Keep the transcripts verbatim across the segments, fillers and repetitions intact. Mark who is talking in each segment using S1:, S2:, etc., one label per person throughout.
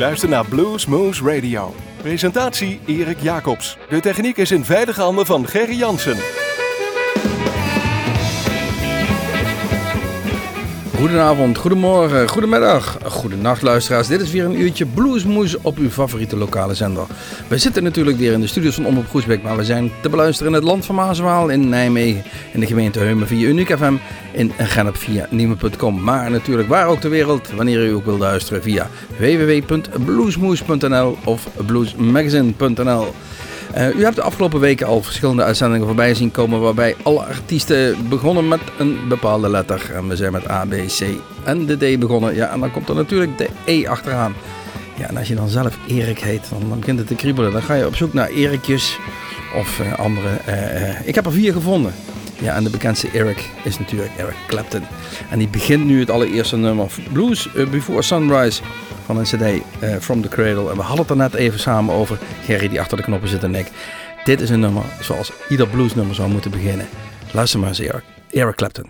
S1: luistert naar Blues Moose Radio. Presentatie Erik Jacobs. De techniek is in veilige handen van Gerry Jansen.
S2: Goedenavond, goedemorgen, goedemiddag, goedenacht luisteraars. Dit is weer een uurtje Bluesmoes op uw favoriete lokale zender. We zitten natuurlijk weer in de studios van Omroep Groesbeek, maar we zijn te beluisteren in het land van Maaswaal, in Nijmegen, in de gemeente Heumen via Uniek F M, in Gennep via Nieuwe punt com. Maar natuurlijk waar ook ter wereld, wanneer u ook wilt luisteren via w w w punt bluesmoes punt n l of bluesmagazine punt n l. Uh, u hebt de afgelopen weken al verschillende uitzendingen voorbij zien komen waarbij alle artiesten begonnen met een bepaalde letter. En we zijn met A, B, C en de D begonnen. Ja, en dan komt er natuurlijk de E achteraan. Ja, en als je dan zelf Erik heet, dan, dan begint het te kriebelen. Dan ga je op zoek naar Erikjes of uh, andere. Uh, uh, ik heb er vier gevonden. Ja, en de bekendste Eric is natuurlijk Eric Clapton. En die begint nu het allereerste nummer Blues Before Sunrise van een cd uh, From the Cradle. En we hadden het er net even samen over. Gerry die achter de knoppen zit en ik. Dit is een nummer zoals ieder bluesnummer zou moeten beginnen. Luister maar eens, Eric. Eric Clapton.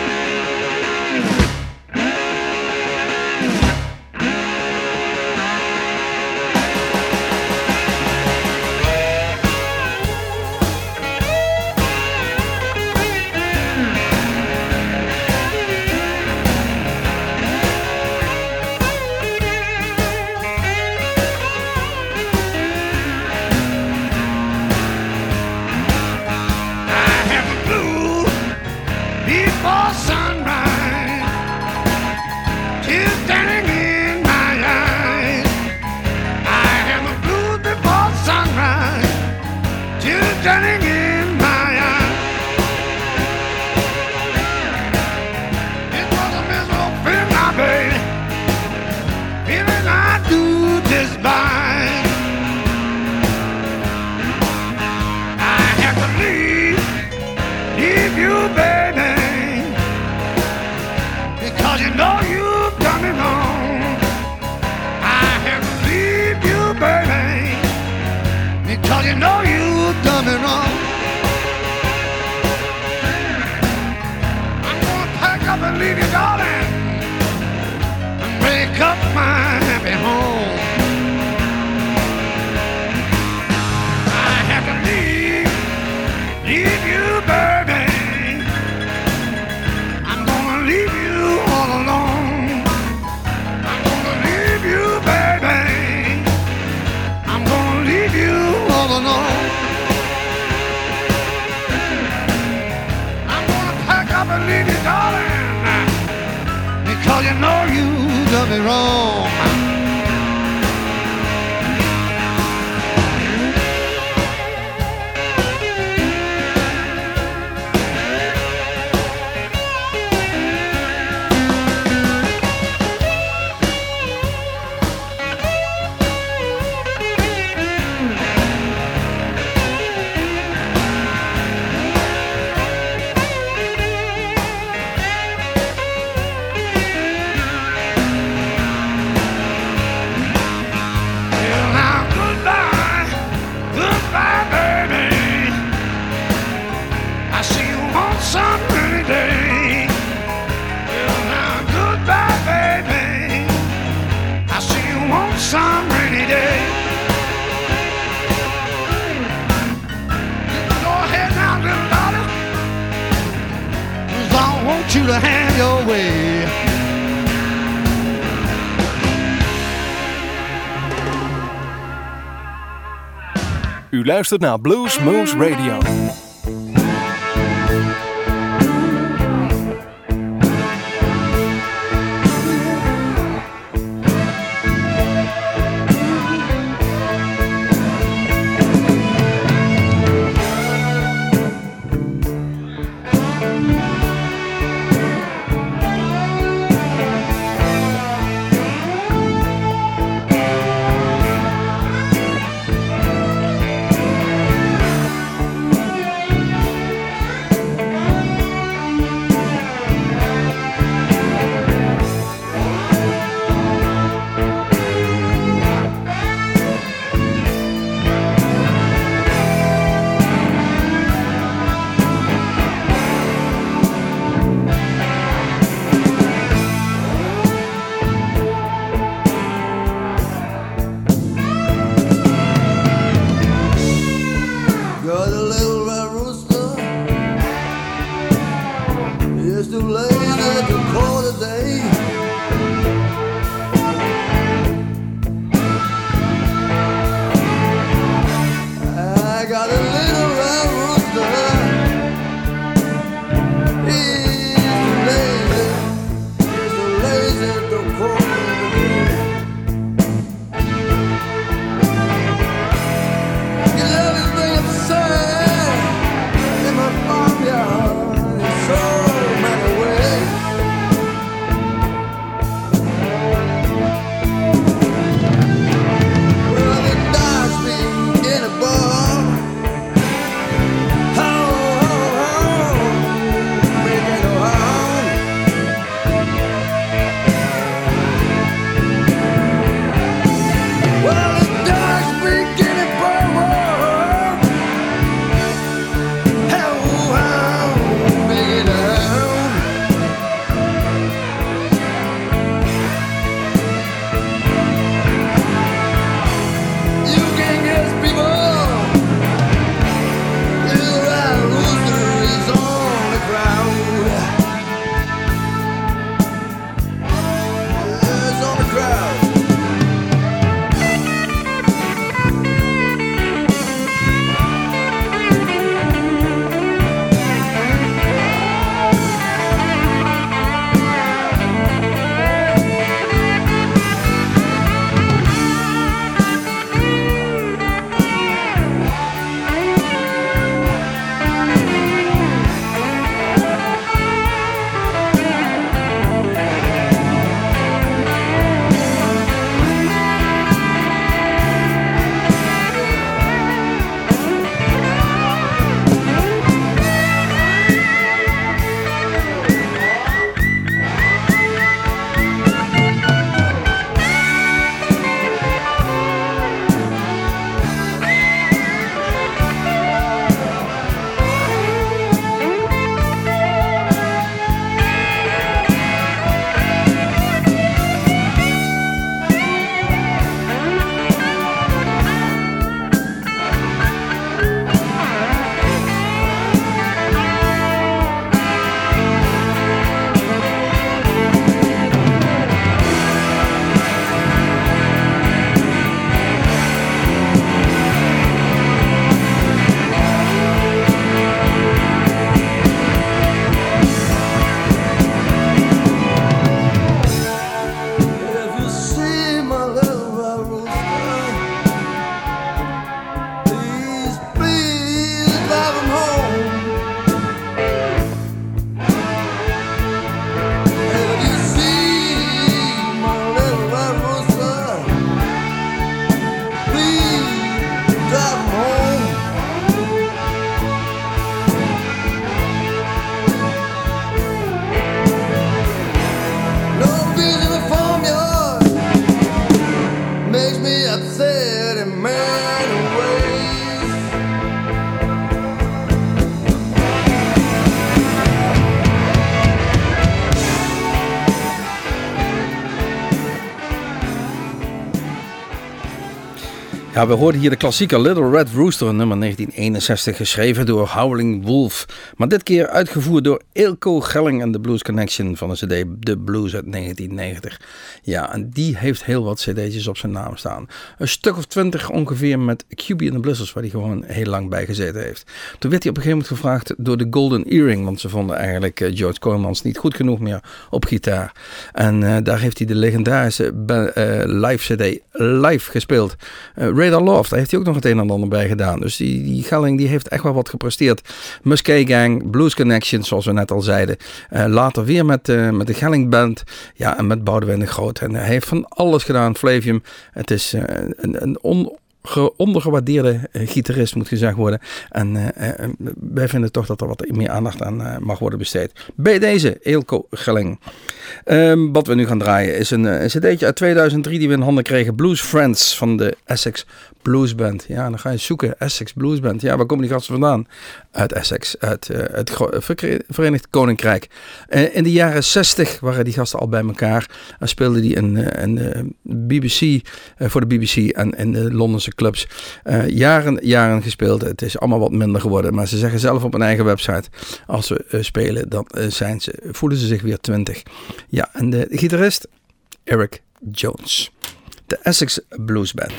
S1: U luistert naar Blues Moose Radio.
S2: Ja, we hoorden hier de klassieker Little Red Rooster, nummer negentien eenenzestig, geschreven door Howling Wolf. Maar dit keer uitgevoerd door Eelco Gelling en de Blues Connection van de cd The Blues uit negentien negentig. Ja, en die heeft heel wat cd'tjes op zijn naam staan. Een stuk of twintig ongeveer met Q B and the Blizzards, waar hij gewoon heel lang bij gezeten heeft. Toen werd hij op een gegeven moment gevraagd door de Golden Earring, want ze vonden eigenlijk uh, George Kooijmans niet goed genoeg meer op gitaar. En uh, daar heeft hij de legendarische uh, live cd live gespeeld. Uh, Radar Love, daar heeft hij ook nog het een en ander bij gedaan. Dus die, die Gelling die heeft echt wel wat gepresteerd. Muscat Gang, Blues Connection, zoals we net al zeiden. Uh, later weer met, uh, met de Gelling Band. Ja, en met Boudewijn de Groot. En hij heeft van alles gedaan. Flavium, het is uh, een, een on... Ge- ondergewaardeerde uh, gitarist moet gezegd worden. En uh, uh, wij vinden toch dat er wat meer aandacht aan uh, mag worden besteed. Bij deze Eelco Gelling. Um, wat we nu gaan draaien is een, een cd'tje uit tweeduizend drie die we in handen kregen. Blues Friends van de Essex Blues Band. Ja, dan ga je zoeken. Essex Blues Band. Ja, waar komen die gasten vandaan? Uit Essex, uit uh, het Gro- Verenigd Koninkrijk. Uh, in de jaren zestig waren die gasten al bij elkaar. En speelden die in, uh, in uh, B B C, uh, voor de B B C en in de Londense clubs. Uh, jaren, jaren gespeeld. Het is allemaal wat minder geworden. Maar ze zeggen zelf op hun eigen website, als ze uh, spelen, dan uh, zijn ze, voelen ze zich weer twintig. Ja, en de, de gitarist, Eric Jones. De Essex Blues Band.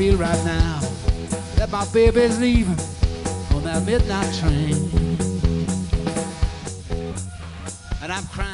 S3: feel right now that my baby's leaving on that midnight train, and I'm crying.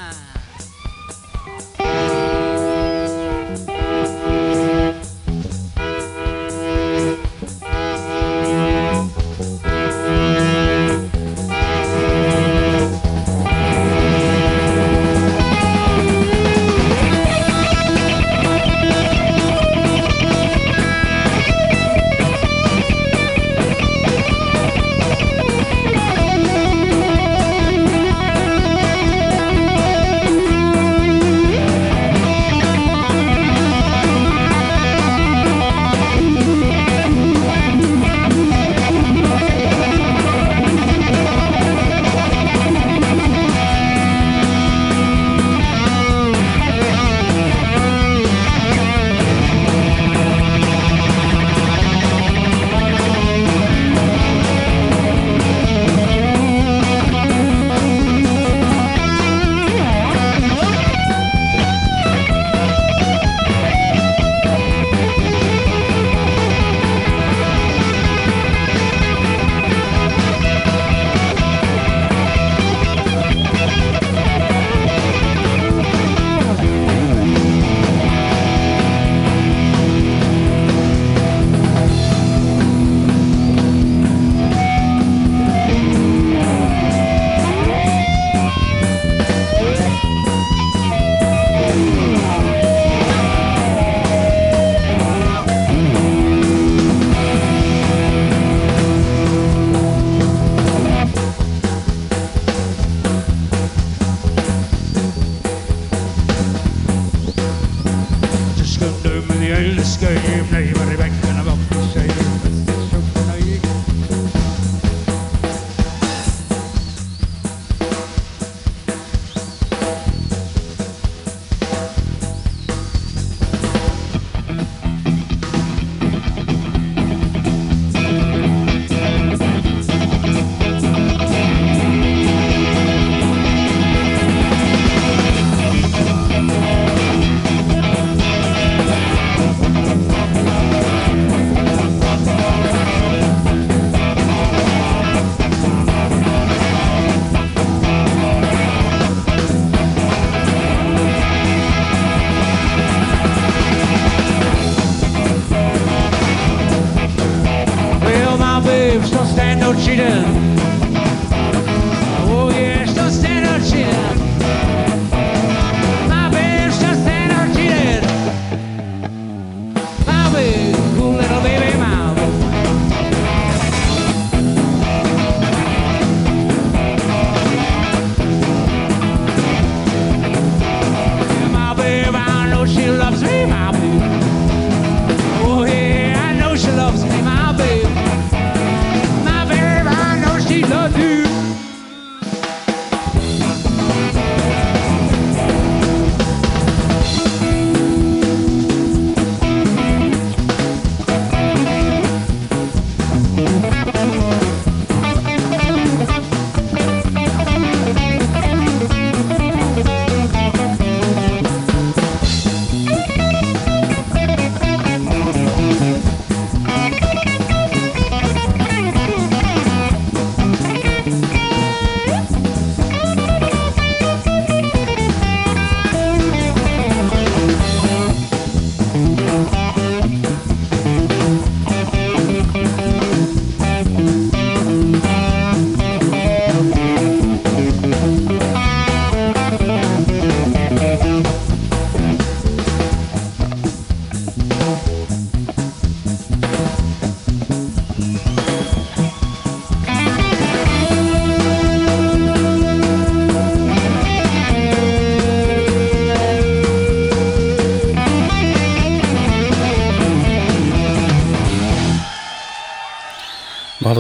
S4: I know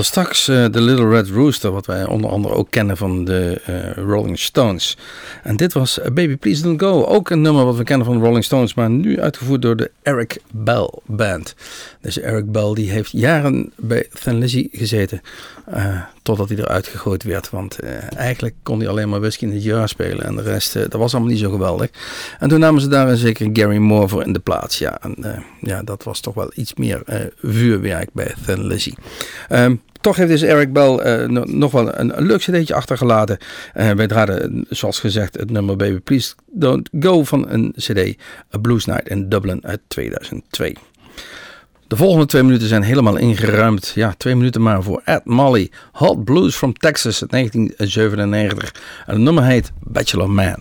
S2: hoorden straks uh, The Little Red Rooster, wat wij onder andere ook kennen van de uh, Rolling Stones. En dit was uh, Baby Please Don't Go, ook een nummer wat we kennen van de Rolling Stones, maar nu uitgevoerd door de Eric Bell Band. Deze Eric Bell die heeft jaren bij Thin Lizzy gezeten, uh, totdat hij eruit gegooid werd. Want uh, eigenlijk kon hij alleen maar Whiskey in the Jar spelen en de rest, uh, dat was allemaal niet zo geweldig. En toen namen ze daar een zeker Gary Moore voor in de plaats. Ja, en, uh, ja dat was toch wel iets meer uh, vuurwerk bij Thin Lizzy. Um, Toch heeft deze Eric Bell uh, no, nog wel een, een leuk cd'tje achtergelaten. Uh, wij draden, zoals gezegd, het nummer Baby Please Don't Go van een cd, A Blues Night in Dublin uit tweeduizend twee. De volgende twee minuten zijn helemaal ingeruimd. Ja, twee minuten maar voor Ed Molly. Hot Blues from Texas uit negentien zevenennegentig. En het nummer heet Bachelor Man.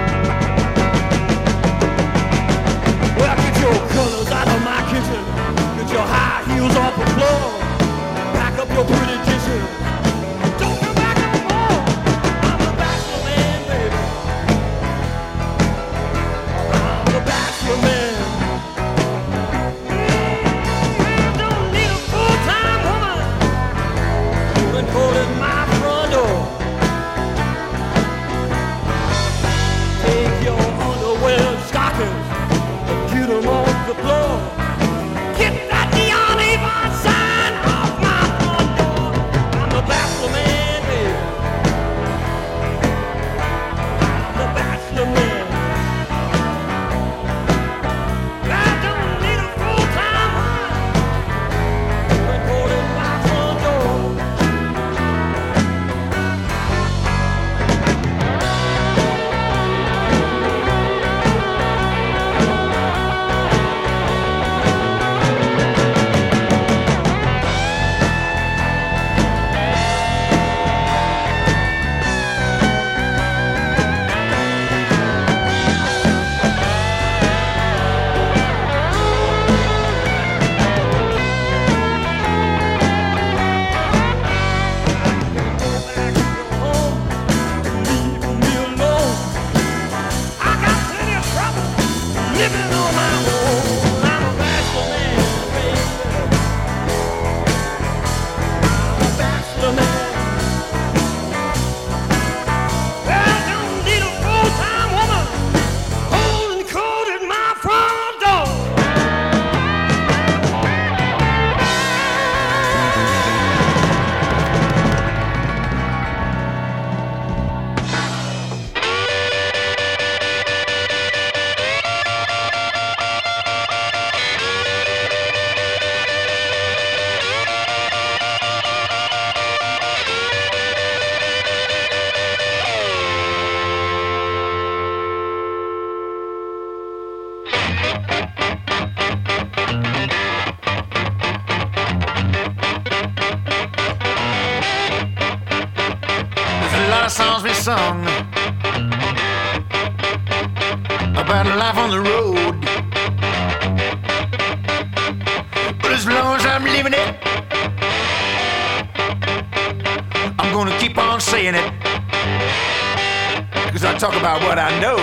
S4: Your pretty kisses. Don't come back no more. I'm a bachelor man, baby. I'm a bachelor man. I don't need a full-time woman. Been cold at my front door. Take your underwear and stockings and get them off the floor. Get that neon Avon sign off my bachelor man, baby. I'm a bachelor man. I don't need a full-time wife. Recording my front door.
S5: Sung about life on the road, but as long as I'm living it, I'm gonna keep on saying it, cause I talk about what I know.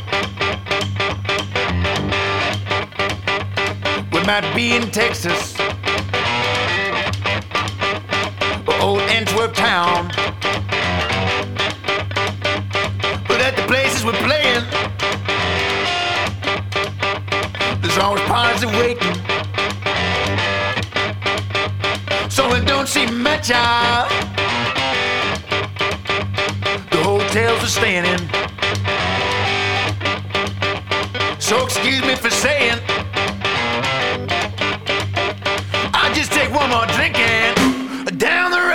S5: We might be in Texas or old Antwerp town, at the places we're playing, there's always parties waiting, so it don't seem much out. The hotels we're staying in, so excuse me for saying, I'll just take one more drink and down the road.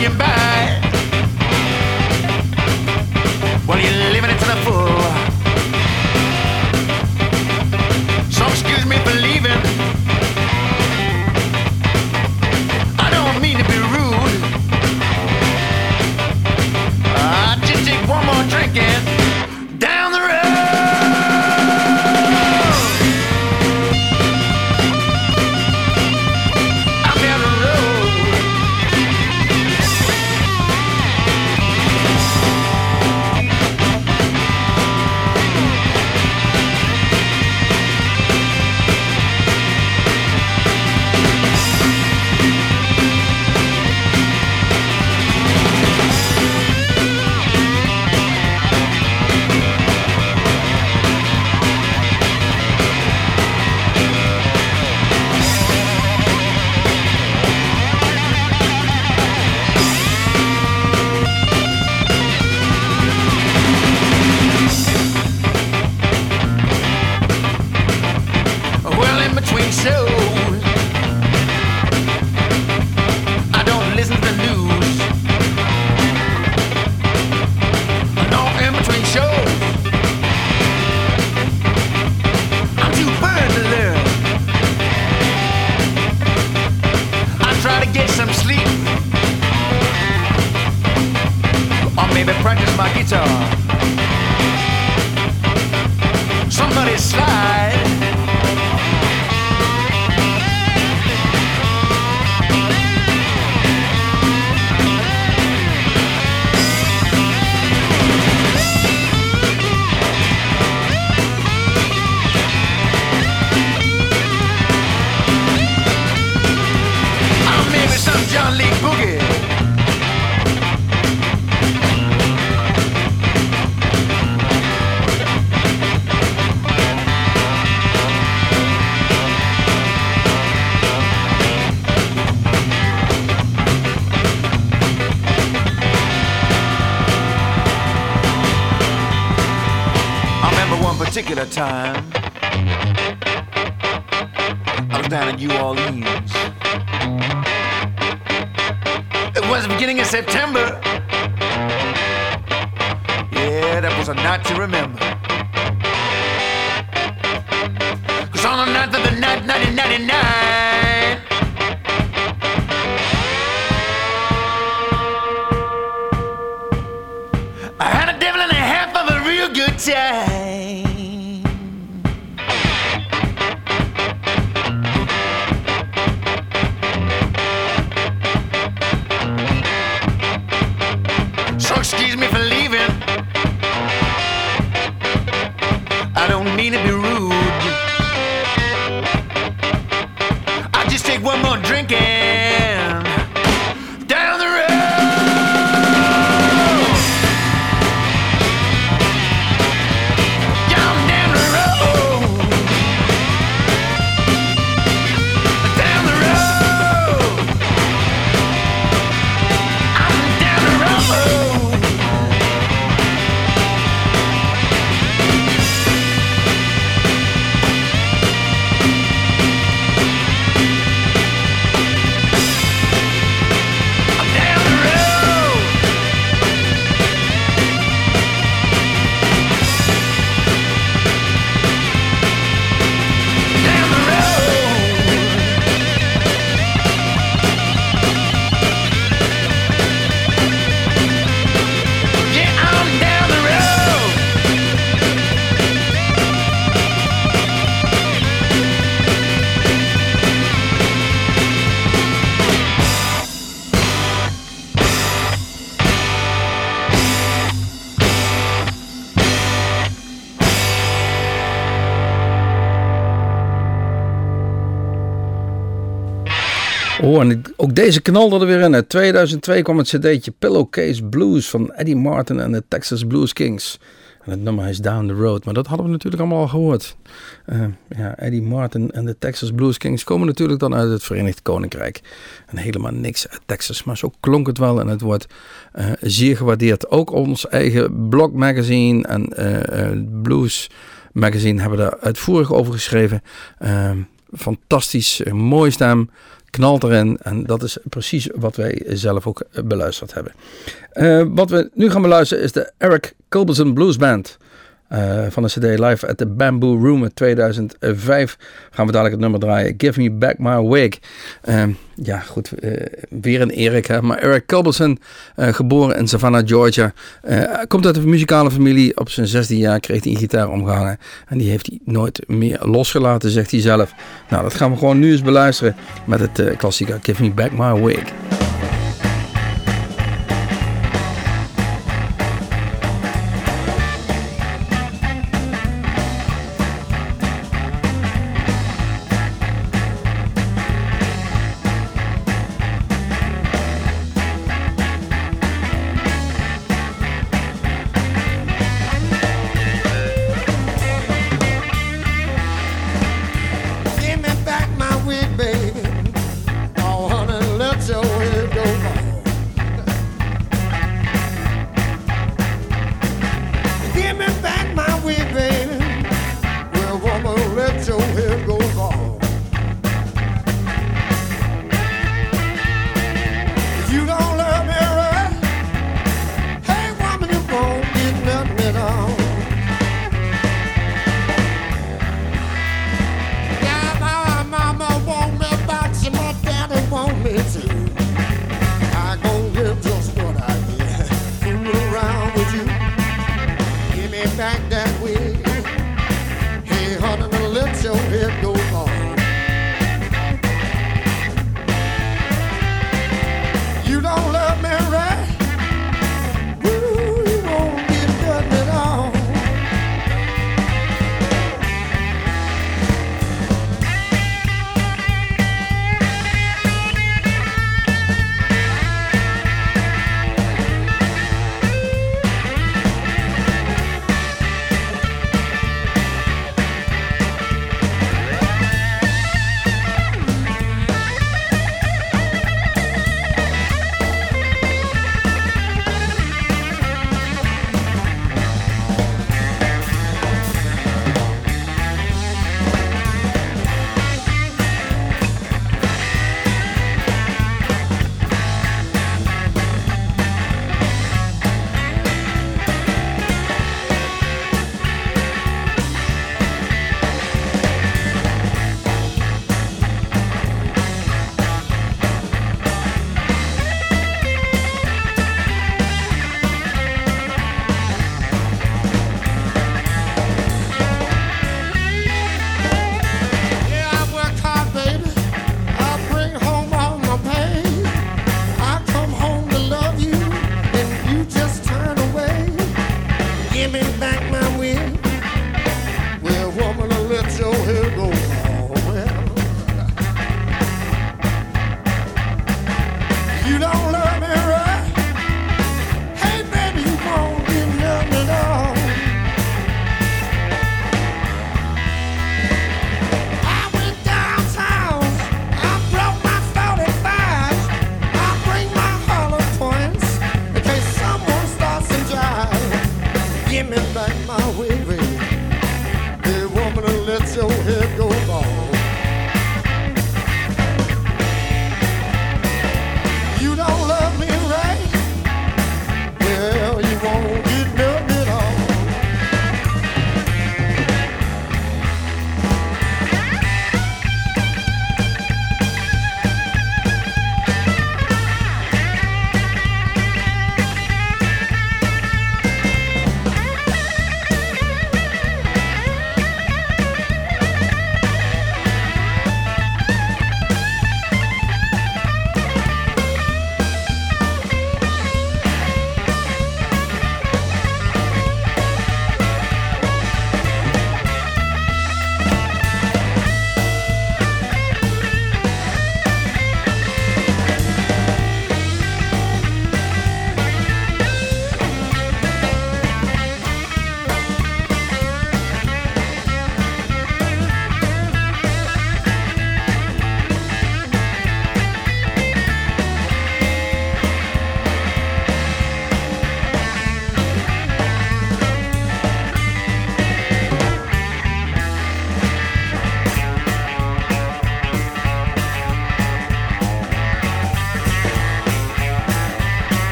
S5: you by. Well, you're living it to the full. So excuse me for leaving. I don't mean to be rude. I just take one more drink and down the road. Particular time I was down in New Orleans. It was the beginning of September. Yeah, that was a night to remember. Cause on the night of the night, nineteen ninety-nine, I had a devil and a half of a real good time. Excuse me for leaving. I don't mean to be rude. I just take one more drink and down the road. Yeah, I'm down the road. Down the road. I'm down the road.
S2: Oh, en ook deze knalde er weer in. In tweeduizend twee kwam het cd'tje Pillowcase Blues van Eddie Martin en de Texas Blues Kings. En het nummer is Down the Road, maar dat hadden we natuurlijk allemaal al gehoord. Uh, ja, Eddie Martin en de Texas Blues Kings komen natuurlijk dan uit het Verenigd Koninkrijk. En helemaal niks uit Texas, maar zo klonk het wel en het wordt uh, zeer gewaardeerd. Ook ons eigen Blog Magazine en uh, uh, Blues Magazine hebben daar uitvoerig over geschreven. Uh, fantastisch, uh, mooie stem. knalt erin. En dat is precies wat wij zelf ook beluisterd hebben. Uh, wat we nu gaan beluisteren is de Eric Culbertson Blues Band. Uh, van de C D Live at the Bamboo Room in tweeduizend vijf gaan we dadelijk het nummer draaien. Give Me Back My Wig. Uh, ja, goed. Uh, weer een Erik. Hè? Maar Eric Culbertson, uh, geboren in Savannah, Georgia. Uh, komt uit een muzikale familie. Op zijn zestien jaar kreeg hij een gitaar omgehangen. En die heeft hij nooit meer losgelaten, zegt hij zelf. Nou, dat gaan we gewoon nu eens beluisteren met het uh, klassieker Give Me Back My Wig.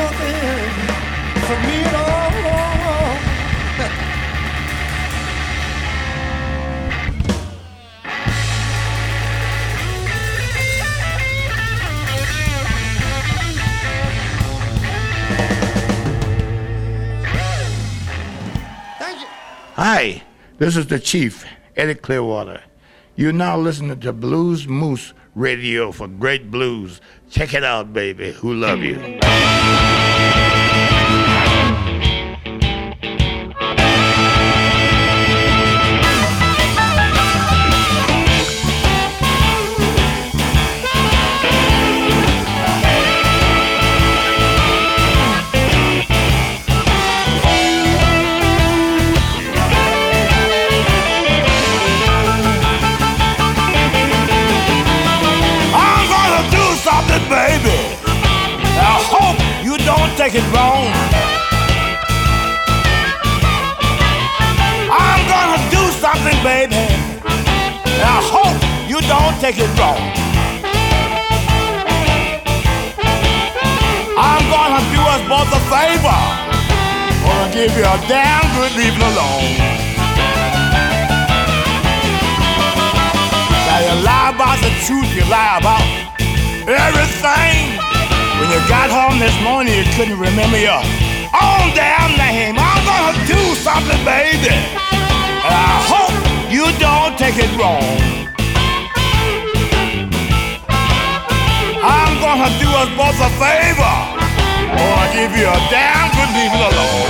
S6: nothing for me at all.
S7: Hi, this is the Chief, Eddie Clearwater. You're now listening to Blues Moose Radio for great blues. Check it out, baby. Who love you?
S5: Baby, I hope you don't take it wrong. I'm gonna do something, baby, I hope you don't take it wrong. I'm gonna do us both a favor, gonna give you a damn good leaving alone. Now you lie about the truth, you lie about everything. When you got home this morning, you couldn't remember your own damn name. I'm gonna do something, baby, and I hope you don't take it wrong. I'm gonna do us both a favor, or I'll give you a damn good leave it alone.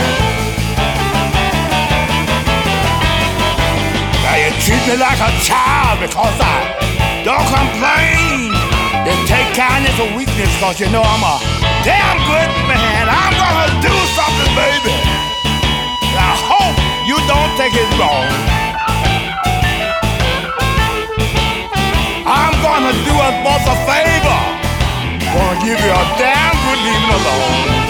S5: Now you treat me like a child because I don't complain. You take kindness or weakness, cause you know I'm a damn good man. I'm gonna do something, baby, and I hope you don't take it wrong. I'm gonna do us both a favor, gonna give you a damn good leaving alone.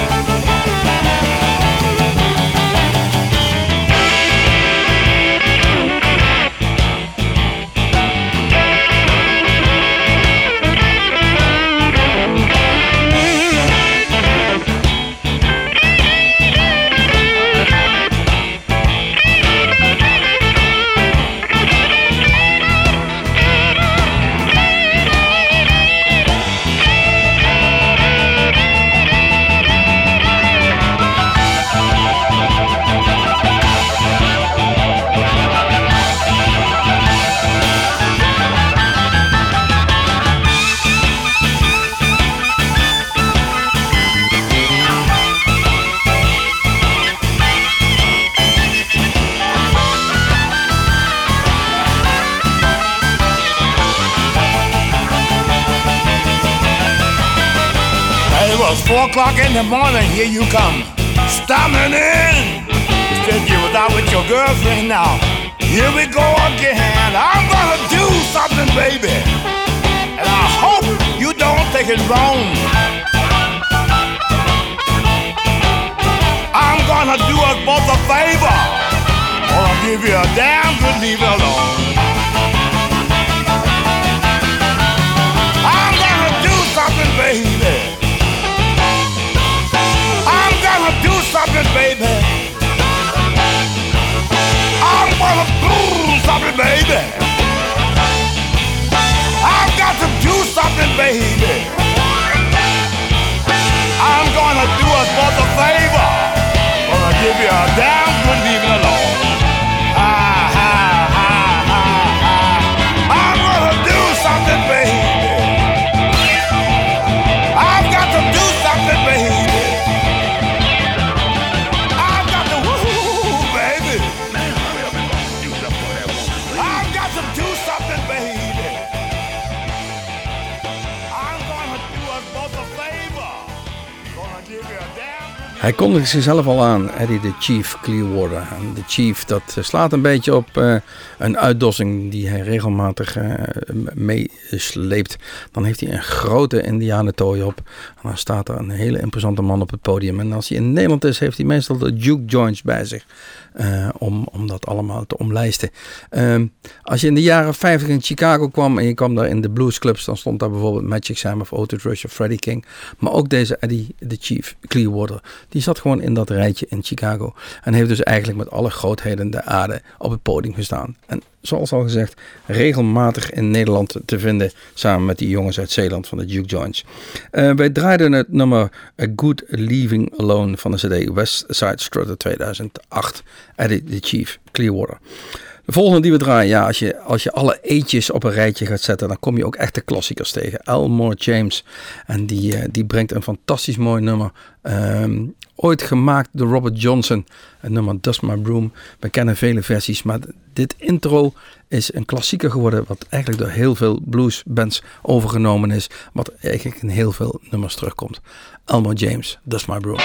S5: Four o'clock in the morning, here you come, storming in. You said you was out with your girlfriend now. Here we go again. I'm gonna do something, baby, and I hope you don't take it wrong. I'm gonna do us both a favor, or I'll give you a damn good leave it alone. I'm gonna do something, baby. Do something, baby. I'm gonna do something, baby. I've got to do something, baby. I'm gonna do us both a favor. I'm gonna give you a damn good leaving alone. Ah, ah, ah, ah, ah. I'm gonna do something, baby. I've got to do something, baby.
S2: Hij kondigde zichzelf al aan, Eddie the Chief Clearwater. En de Chief, dat slaat een beetje op uh, een uitdossing die hij regelmatig uh, meesleept. Dan heeft hij een grote indianentooi op. En dan staat er een hele imposante man op het podium. En als hij in Nederland is, heeft hij meestal de juke joints bij zich. Uh, om, om dat allemaal te omlijsten. Uh, als je in de jaren vijftig in Chicago kwam en je kwam daar in de bluesclubs, dan stond daar bijvoorbeeld Magic Sam of Otis Rush of Freddie King. Maar ook deze Eddie the Chief Clearwater, die zat gewoon in dat rijtje in Chicago. En heeft dus eigenlijk met alle grootheden der aarde op het podium gestaan. En zoals al gezegd, regelmatig in Nederland te vinden, samen met die jongens uit Zeeland van de Juke Joints. Uh, wij draaiden het nummer A Good Leaving Alone van de cd West Side Strutter tweeduizend acht, Eddie the Chief Clearwater. De volgende die we draaien, ja, als je, als je alle eetjes op een rijtje gaat zetten, dan kom je ook echte klassiekers tegen. Elmore James, en die, uh, die brengt een fantastisch mooi nummer. Um, ooit gemaakt door Robert Johnson, het nummer Dust My Broom. We kennen vele versies, maar dit intro is een klassieker geworden, wat eigenlijk door heel veel bluesbands overgenomen is, wat eigenlijk in heel veel nummers terugkomt. Elmore James, Dust My Broom.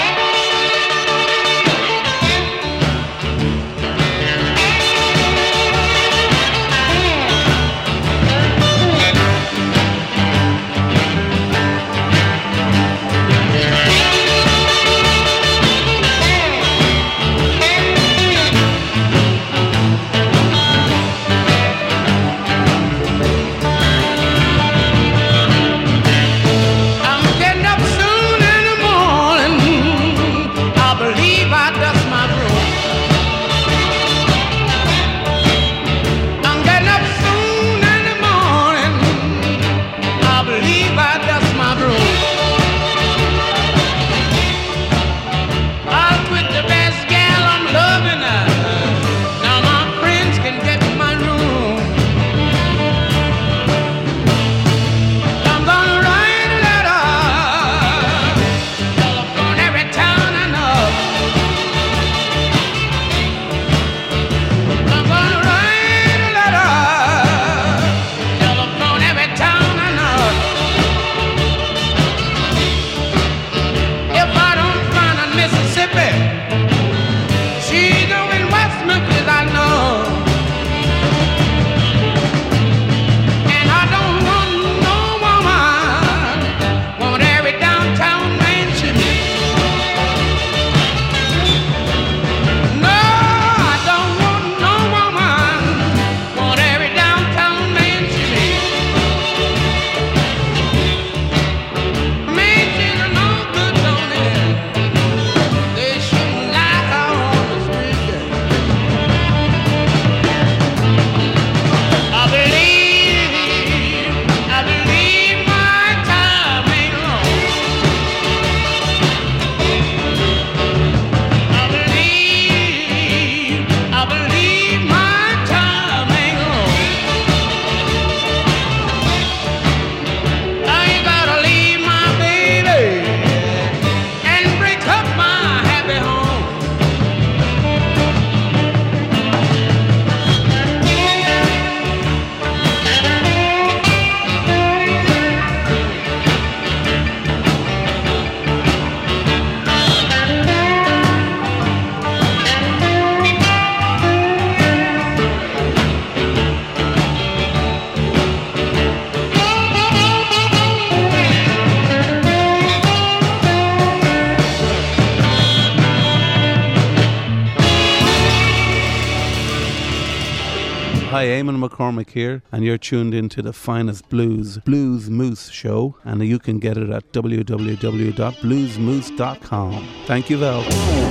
S8: Hi, Eamon McCormick here, and you're tuned into the finest blues, Blues Moose Show, and you can get it at w w w dot blues moose dot com. Thank you, Val.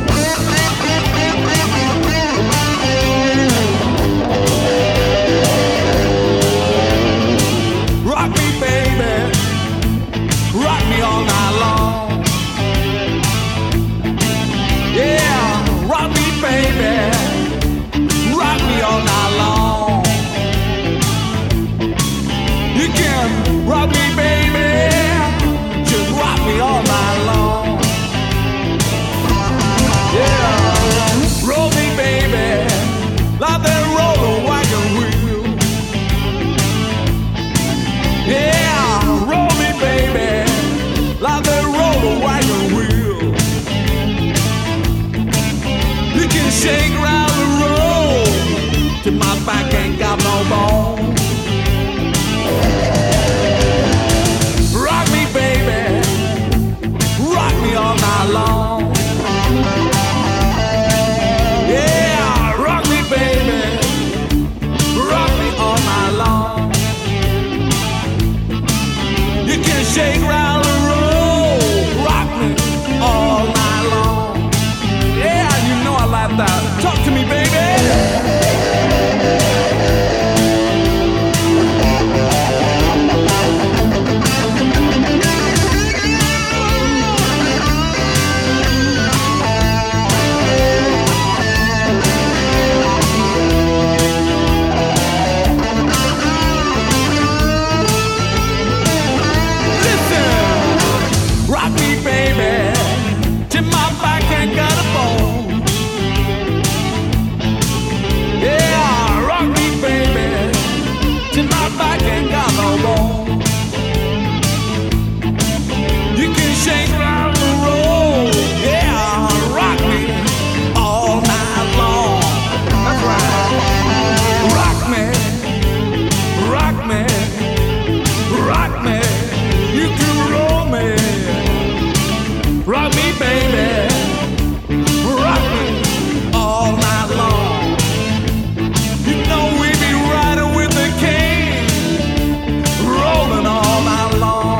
S6: Rock me, baby, rock me all night long. Yeah, rock me, baby, rock me all night long. You can rock me, baby, just rock me all night long. Yeah, roll me, baby. baby. Rock me all night long. You know we be riding with the king, rolling all night long.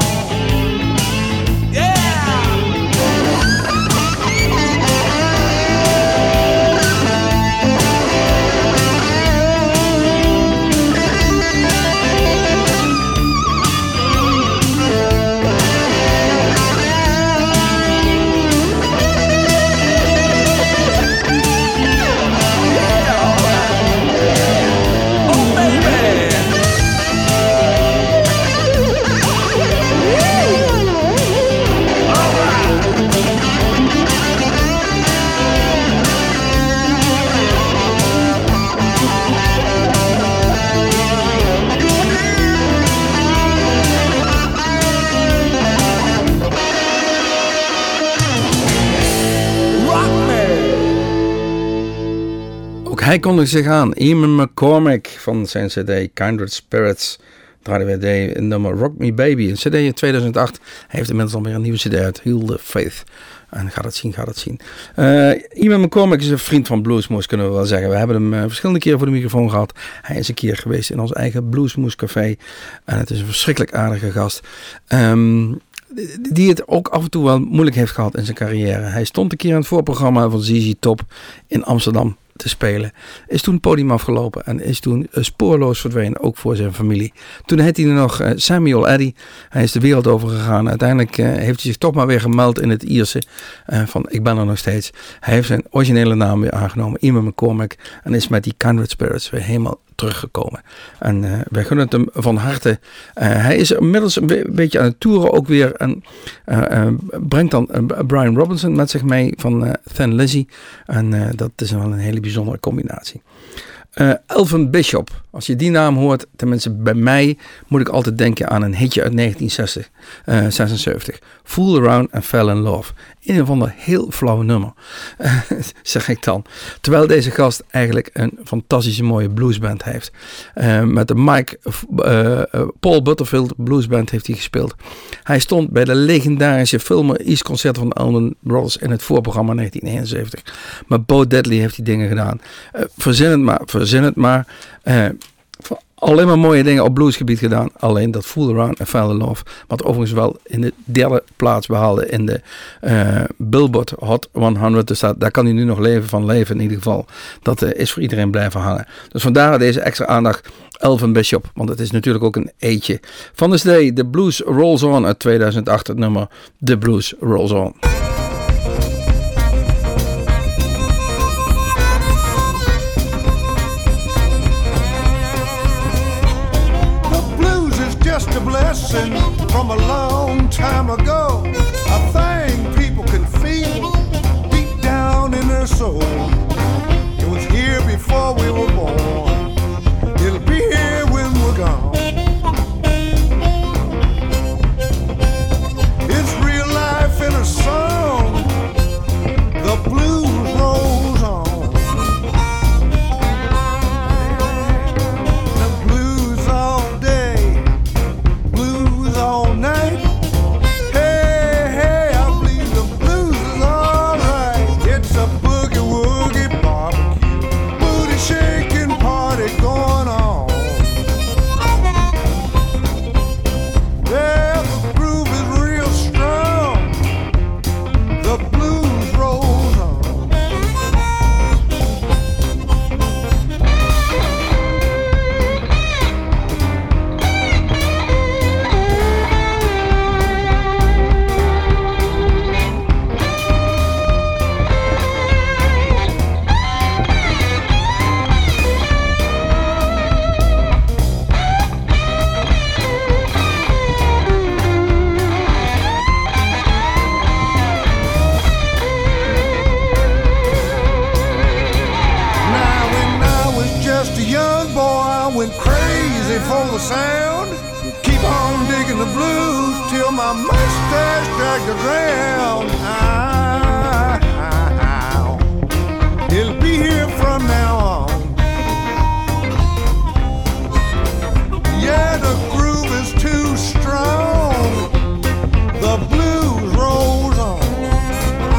S2: Hij kondigde zich aan. Eamon McCormick van zijn cd Kindred Spirits draaide weer de nummer Rock Me Baby. Een cd in tweeduizend acht. Hij heeft inmiddels alweer een nieuwe cd uit. Heal the Faith. En gaat het zien, gaat het zien. Uh, Eamon McCormick is een vriend van Bluesmoose, kunnen we wel zeggen. We hebben hem uh, verschillende keren voor de microfoon gehad. Hij is een keer geweest in ons eigen Bluesmoose café. En het is een verschrikkelijk aardige gast. Um, die het ook af en toe wel moeilijk heeft gehad in zijn carrière. Hij stond een keer in het voorprogramma van Z Z Top in Amsterdam te spelen. Is toen het podium afgelopen en is toen uh, spoorloos verdwenen, ook voor zijn familie. Toen heette hij nog uh, Samuel Eddy. Hij is de wereld over gegaan. Uiteindelijk uh, heeft hij zich toch maar weer gemeld in het Ierse uh, van ik ben er nog steeds. Hij heeft zijn originele naam weer aangenomen, Eamon McCormick, en is met die Kindred Spirits weer helemaal teruggekomen. En uh, wij gunnen het hem van harte. Uh, hij is inmiddels een, be- een beetje aan het toeren ook weer en uh, uh, brengt dan uh, Brian Robinson met zich mee van uh, Thin Lizzy. En uh, dat is wel een hele bijzondere combinatie. Uh, Elvin Bishop, als je die naam hoort, tenminste bij mij, moet ik altijd denken aan een hitje uit negentien zesenzeventig. Fool Around and Fell in Love. Een of ander heel flauw nummer, uh, zeg ik dan. Terwijl deze gast eigenlijk een fantastische mooie bluesband heeft. Uh, met de Mike uh, uh, Paul Butterfield bluesband heeft hij gespeeld. Hij stond bij de legendarische Fillmore East Concert van de Allman Brothers in het voorprogramma negentien eenenzeventig. Maar Bo Diddley heeft die dingen gedaan. Uh, verzin het maar, verzin het maar. Uh, Alleen maar mooie dingen op bluesgebied gedaan. Alleen dat Fool Around and Fell in Love. Wat overigens wel in de derde plaats behaalde in de uh, Billboard Hot honderd. Dus dat, daar kan hij nu nog leven van leven in ieder geval. Dat uh, is voor iedereen blijven hangen. Dus vandaar deze extra aandacht. Elvin Bishop. Want het is natuurlijk ook een eetje. Van de cd The Blues Rolls On uit tweeduizend acht. Het nummer The Blues Rolls On.
S9: Just a blessing from a long time ago. A thing people can feel deep down in their soul. It was here before we were born. It'll be here when we're gone. It's real life in a song. The blues rolls on. All night. Hey, hey, I believe the blues is alright. It's a boogie woogie barbecue, booty shaking party going on. Yeah, the groove is real strong. The blues rolls on. For the sound, keep on digging the blues till my mustache dragged the ground. Ah, it'll be here from now on. Yeah, the groove is too strong. The blues rolls on.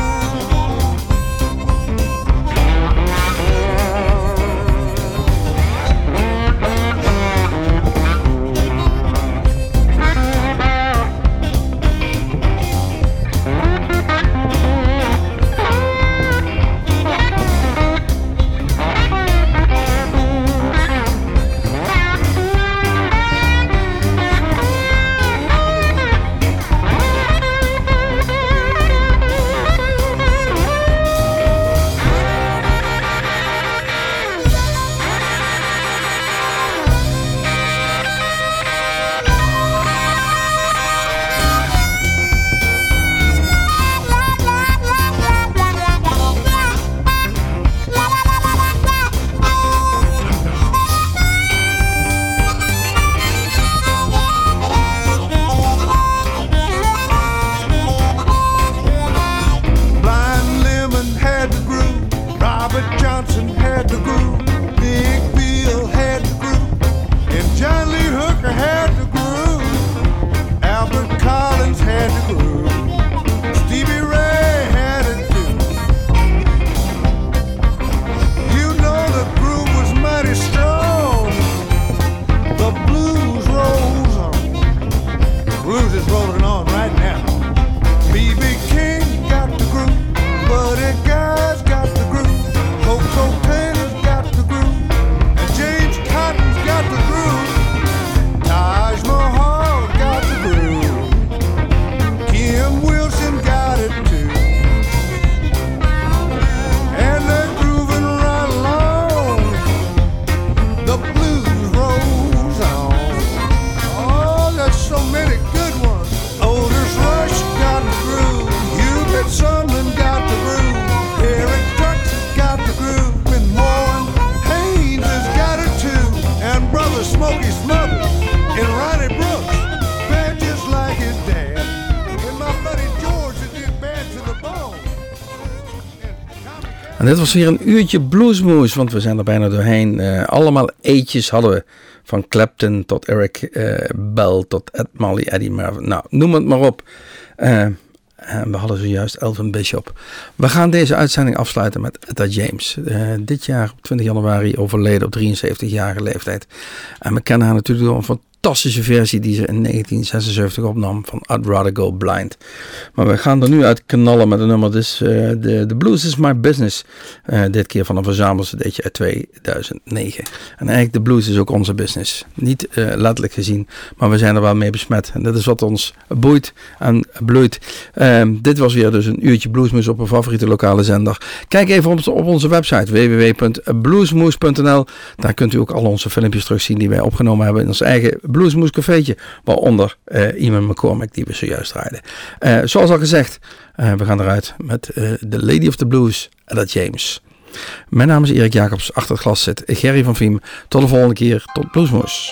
S2: En dit was weer een uurtje bluesmoes, want we zijn er bijna doorheen. Uh, allemaal eetjes hadden we. Van Clapton tot Eric uh, Bell tot Ed Malley, Eddie Mervyn. Nou, noem het maar op. Uh, en we hadden zojuist Elvin Bishop. We gaan deze uitzending afsluiten met Etta James. Uh, dit jaar op twintig januari overleden op drieënzeventigjarige leeftijd. En we kennen haar natuurlijk door een fantastische versie die ze in negentien zesenzeventig opnam van I'd Rather Go Blind. Maar we gaan er nu uit knallen met een nummer. Dus uh, de, The Blues Is My Business. Uh, dit keer van een verzamelcd'tje uit tweeduizend negen. En eigenlijk de blues is ook onze business. Niet uh, letterlijk gezien, maar we zijn er wel mee besmet. En dat is wat ons boeit en bloeit. Uh, dit was weer dus een uurtje bluesmoes op een favoriete lokale zender. Kijk even op, op onze website w w w punt bluesmoes punt n l. Daar kunt u ook al onze filmpjes terugzien die wij opgenomen hebben in ons eigen Bluesmoes cafeetje, waaronder uh, Eamon McCormack die we zojuist draaiden. Uh, zoals al gezegd, uh, we gaan eruit met uh, The Lady of the Blues, Etta James. Mijn naam is Erik Jacobs, achter het glas zit Gerry van Viem. Tot de volgende keer, tot Bluesmoes.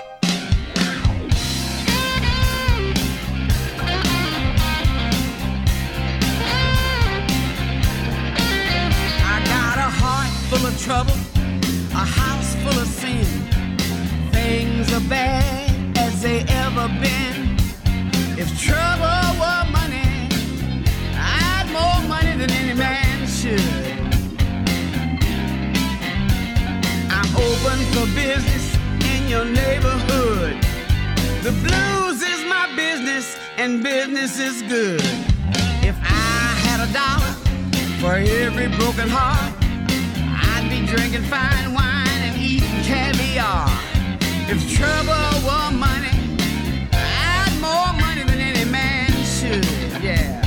S10: I got a heart full of trouble, a house full of sin. Things are bad as they ever been. If trouble were money, I'd more money than any man should. I'm open for business in your neighborhood. The blues is my business and business is good. If I had a dollar for every broken heart, I'd be drinking fine wine and eating caviar. If trouble were money, I'd more money than any man should, yeah.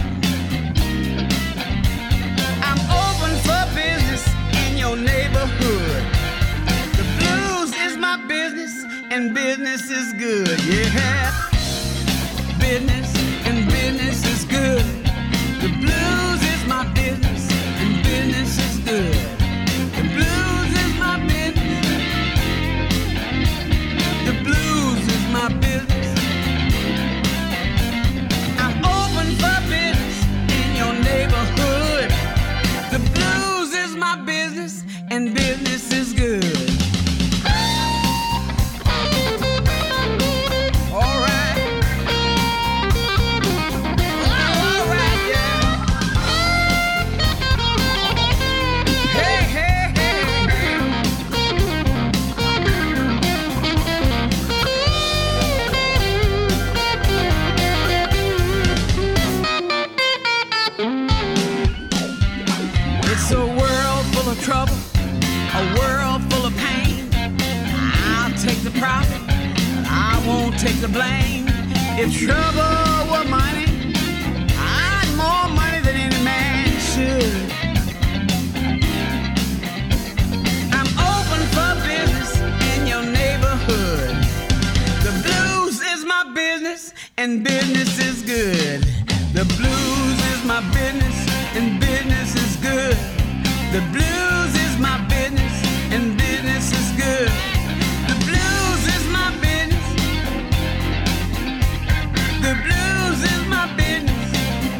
S10: I'm open for business in your neighborhood. The blues is my business and business is good, yeah. Business and business is good. The blues is my business and business is good. The blues is my business. The blues is my business. I'm open for business in your neighborhood. The blues is my business and business is good. All right. All right, yeah. Hey, hey, hey, hey. It's a world full of trouble, a world full of pain. I'll take the profit, I won't take the blame. If trouble were money, I'd more money than any man should. I'm open for business in your neighborhood. The blues is my business and business is good. The blues is my business and business is good. The blues is my business and business is good. The blues is my business. The blues is my business.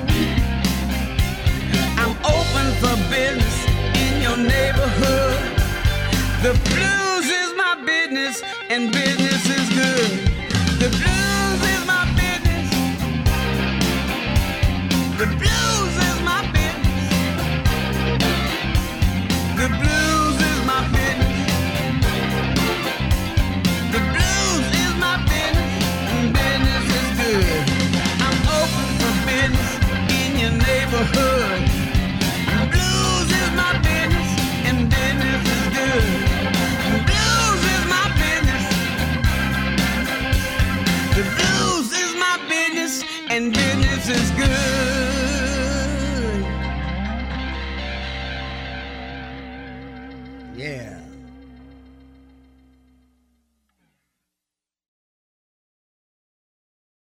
S10: I'm open for business in your neighborhood. The blues is my business and business is good. The blues is my business. The blues is my business. The blues is my business. The blues is my business and business is good. I'm open for business in your neighborhood. The blues is my business and business is good. The blues is my business. The blues is my business and business is good. Yeah.